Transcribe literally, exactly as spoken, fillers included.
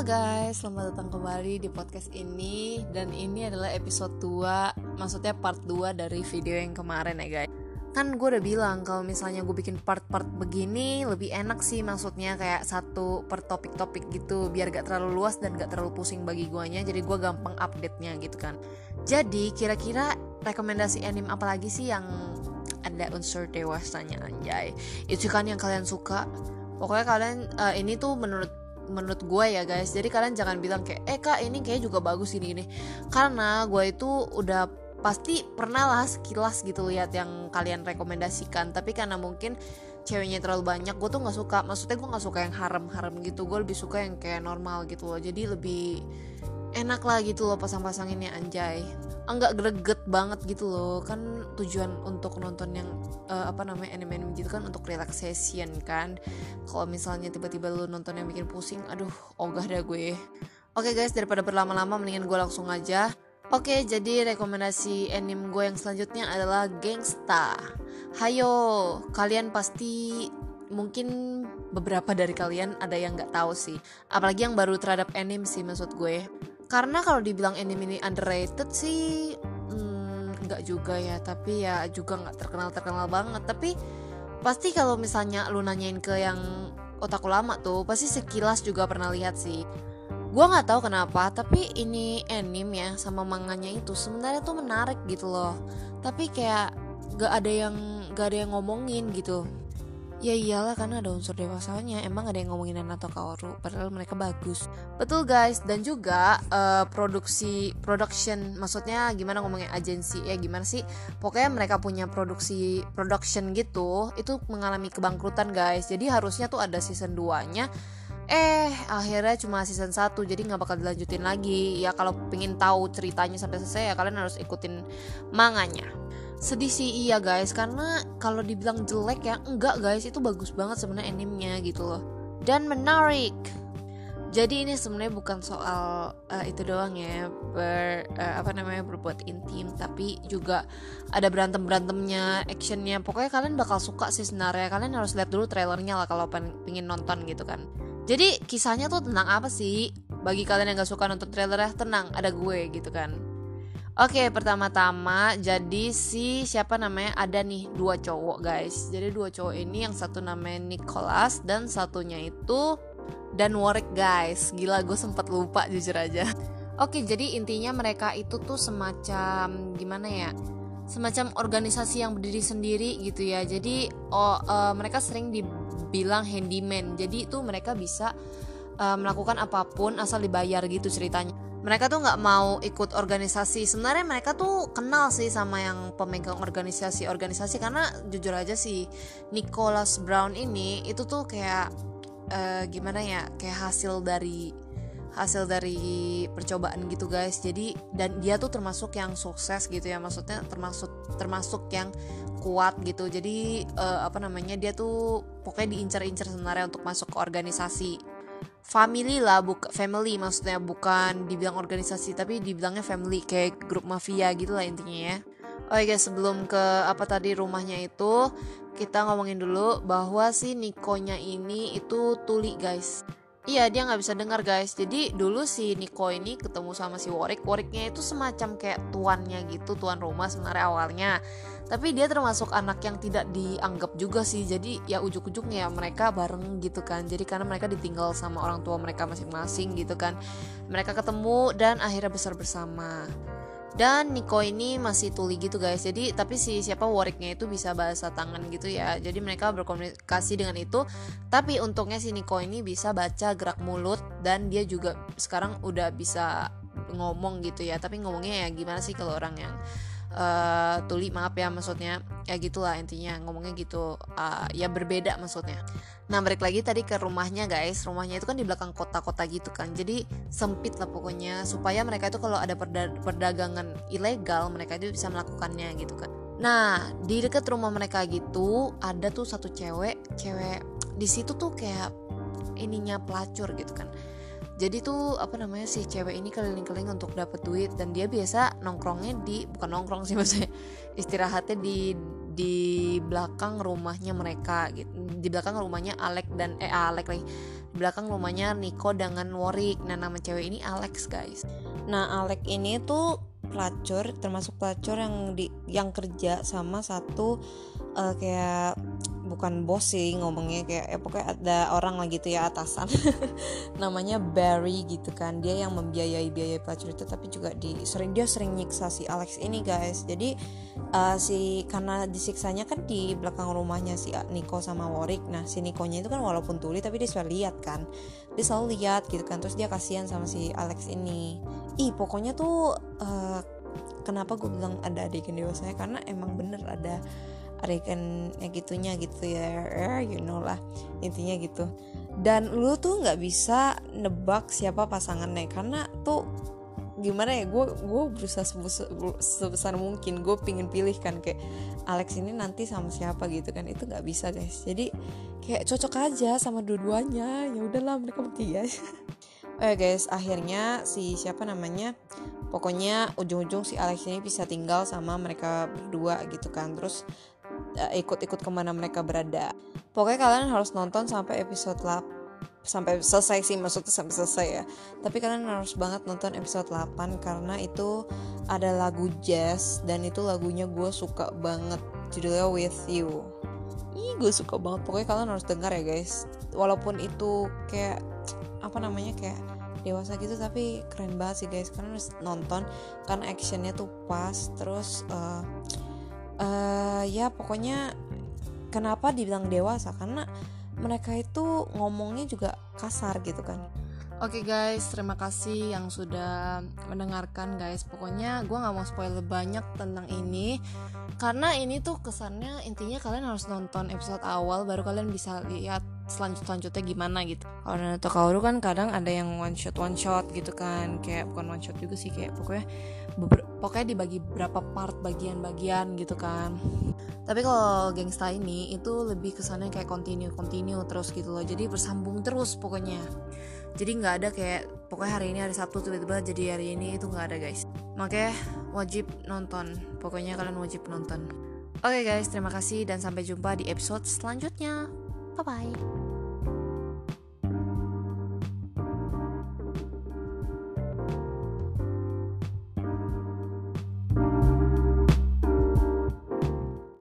guys, selamat datang kembali di podcast ini. Dan ini adalah episode dua, maksudnya part dua dari video yang kemarin ya guys. Kan gue udah bilang kalau misalnya gue bikin part-part begini lebih enak sih, maksudnya kayak satu per topik-topik gitu, biar gak terlalu luas dan gak terlalu pusing bagi guanya. Jadi gue gampang update-nya gitu kan. Jadi kira-kira rekomendasi anime apa lagi sih yang ada unsur dewasanya, anjay? Itu kan yang kalian suka. Pokoknya kalian uh, ini tuh menurut menurut gue ya guys. Jadi kalian jangan bilang kayak eh kak ini kayak juga bagus ini ini. Karena gue itu udah pasti pernah lah sekilas gitu lihat yang kalian rekomendasikan. Tapi karena mungkin ceweknya terlalu banyak, gue tuh nggak suka. Maksudnya gue nggak suka yang harem-harem gitu. Gue lebih suka yang kayak normal gitu loh. Jadi lebih enak lah gitu loh pasang-pasanginnya, anjay. Enggak greget banget gitu loh. Kan tujuan untuk nonton yang uh, apa namanya anime-anime gitu kan untuk relaxation kan. Kalau misalnya tiba-tiba lu nonton yang bikin pusing, aduh ogah dah gue. Oke guys, daripada berlama-lama mendingan gue langsung aja. Oke, jadi rekomendasi anime gue yang selanjutnya adalah Gangsta. Hayo, kalian pasti mungkin beberapa dari kalian ada yang nggak tahu sih. Apalagi yang baru terhadap anime sih maksud gue. Karena kalau dibilang anime ini underrated sih hmm, nggak juga ya, tapi ya juga nggak terkenal-terkenal banget. Tapi pasti kalau misalnya lu nanyain ke yang otaku lama tuh, pasti sekilas juga pernah lihat sih. Gua nggak tahu kenapa, tapi ini anime ya sama manganya itu sebenarnya tuh menarik gitu loh. Tapi kayak nggak ada yang nggak ada yang ngomongin gitu. Ya iyalah, karena ada unsur dewasanya. Emang ada yang ngomongin Naruto Kaoru, padahal mereka bagus. Betul guys. Dan juga uh, produksi production, maksudnya gimana ngomongnya agensi ya gimana sih, pokoknya mereka punya produksi production gitu, itu mengalami kebangkrutan guys. Jadi harusnya tuh ada season dua nya, Eh akhirnya cuma season satu, jadi gak bakal dilanjutin lagi. Ya kalau pengen tahu ceritanya sampai selesai ya kalian harus ikutin manganya. Sedih sih iya guys, karena kalau dibilang jelek ya enggak guys, itu bagus banget sebenarnya animenya gitu loh. Dan menarik. Jadi ini sebenarnya bukan soal uh, itu doang ya, ber uh, apa namanya berbuat intim, tapi juga ada berantem berantemnya, actionnya. Pokoknya kalian bakal suka sih sebenarnya. Kalian harus lihat dulu trailernya lah kalau pengen nonton gitu kan. Jadi kisahnya tuh tentang apa sih? Bagi kalian yang gak suka nonton trailernya, tenang, ada gue gitu kan. Oke, pertama-tama jadi si siapa namanya, ada nih dua cowok guys. Jadi dua cowok ini, yang satu namanya Nicholas dan satunya itu Dan Warwick guys. Gila, gue sempat lupa jujur aja. Oke, jadi intinya mereka itu tuh semacam gimana ya, semacam organisasi yang berdiri sendiri gitu ya. Jadi oh, uh, mereka sering dibilang handyman. Jadi itu mereka bisa uh, melakukan apapun asal dibayar gitu ceritanya. Mereka tuh nggak mau ikut organisasi. Sebenarnya mereka tuh kenal sih sama yang pemegang organisasi-organisasi, karena jujur aja sih Nicholas Brown ini itu tuh kayak uh, gimana ya, kayak hasil dari hasil dari percobaan gitu guys. Jadi dan dia tuh termasuk yang sukses gitu ya, maksudnya termasuk termasuk yang kuat gitu. Jadi uh, apa namanya, dia tuh pokoknya diincar-incar sebenarnya untuk masuk ke organisasi family lah, bukan family maksudnya, bukan dibilang organisasi tapi dibilangnya family, kayak grup mafia gitu lah intinya ya. Oke guys, sebelum ke apa tadi rumahnya itu, kita ngomongin dulu bahwa si Nikonya ini itu tuli guys. Iya, dia nggak bisa dengar guys. Jadi dulu si Nico ini ketemu sama si Warwick. Warwicknya itu semacam kayak tuannya gitu, tuan rumah sebenarnya awalnya. Tapi dia termasuk anak yang tidak dianggap juga sih. Jadi ya ujuk-ujuknya mereka bareng gitu kan. Jadi karena mereka ditinggal sama orang tua mereka masing-masing gitu kan, mereka ketemu dan akhirnya besar bersama. Dan Nico ini masih tuli gitu guys. Jadi tapi si siapa Warwicknya itu bisa bahasa tangan gitu ya. Jadi mereka berkomunikasi dengan itu. Tapi untungnya si Nico ini bisa baca gerak mulut, dan dia juga sekarang udah bisa ngomong gitu ya. Tapi ngomongnya ya gimana sih kalau orang yang uh, tuli, maaf ya maksudnya. Ya gitulah intinya, ngomongnya gitu uh, ya berbeda maksudnya. Nah balik lagi tadi ke rumahnya guys. Rumahnya itu kan di belakang kota-kota gitu kan. Jadi sempit lah pokoknya, supaya mereka itu kalau ada perda- perdagangan ilegal mereka itu bisa melakukannya gitu kan. Nah di dekat rumah mereka gitu ada tuh satu cewek. Cewek di situ tuh kayak ininya pelacur gitu kan. Jadi tuh apa namanya, si cewek ini keliling-keliling untuk dapat duit, dan dia biasa nongkrongnya di bukan nongkrong sih maksudnya istirahatnya di di belakang rumahnya mereka gitu, di belakang rumahnya Alec dan eh Alec lagi belakang rumahnya Nico dengan Warwick. Nah nama cewek ini Alex guys. Nah Alex ini tuh pelacur, termasuk pelacur yang di yang kerja sama satu uh, kayak bukan bos sih ngomongnya, kayak ya pokoknya ada orang lah gitu ya, atasan. Namanya Barry gitu kan. Dia yang membiayai biaya pelacur itu, tapi juga di sering dia sering nyiksa si Alex ini guys. Jadi uh, si karena disiksanya kan di belakang rumahnya si Nico sama Warwick. Nah si Niconya itu kan walaupun tuli tapi dia selalu lihat kan. Dia selalu lihat gitu kan. Terus dia kasihan sama si Alex ini. Ih pokoknya tuh uh, kenapa gue bilang ada adegan dewasanya, karena emang bener ada adegan ya gitunya gitu ya, you know lah intinya gitu. Dan lu tuh nggak bisa nebak siapa pasangannya, karena tuh gimana ya, gue gue berusaha sebesar, sebesar mungkin gue pingin pilih kan kayak Alex ini nanti sama siapa gitu kan, itu nggak bisa guys. Jadi kayak cocok aja sama dua-duanya, ya udahlah mereka bertiga. Eh guys, akhirnya si siapa namanya, pokoknya ujung-ujung si Alex ini bisa tinggal sama mereka berdua gitu kan. Terus uh, ikut-ikut kemana mereka berada. Pokoknya kalian harus nonton sampai episode delapan, sampai selesai sih, maksudnya sampai selesai ya. Tapi kalian harus banget nonton episode delapan karena itu ada lagu jazz dan itu lagunya gue suka banget, judulnya With You. Ih gue suka banget, pokoknya kalian harus dengar ya guys. Walaupun itu kayak apa namanya kayak dewasa gitu, tapi keren banget sih guys. Kalian harus nonton karena actionnya tuh pas. Terus uh, uh, ya pokoknya kenapa dibilang dewasa, karena mereka itu ngomongnya juga kasar gitu kan. Oke okay guys, terima kasih yang sudah mendengarkan guys. Pokoknya gue gak mau spoiler banyak tentang ini, karena ini tuh kesannya intinya kalian harus nonton episode awal baru kalian bisa lihat selanjut-selanjutnya gimana gitu. Kalau Naruto Kaoru kan kadang ada yang one shot one shot gitu kan, kayak bukan one shot juga sih, kayak pokoknya beber- pokoknya dibagi berapa part, bagian-bagian gitu kan. Tapi kalau Gangsta ini itu lebih kesannya kayak continue continue terus gitu loh, jadi bersambung terus pokoknya. Jadi nggak ada kayak pokoknya hari ini hari Sabtu tiba-tiba jadi hari ini, itu nggak ada guys. Makanya wajib nonton, pokoknya kalian wajib nonton. Oke okay guys, terima kasih dan sampai jumpa di episode selanjutnya. Bye bye.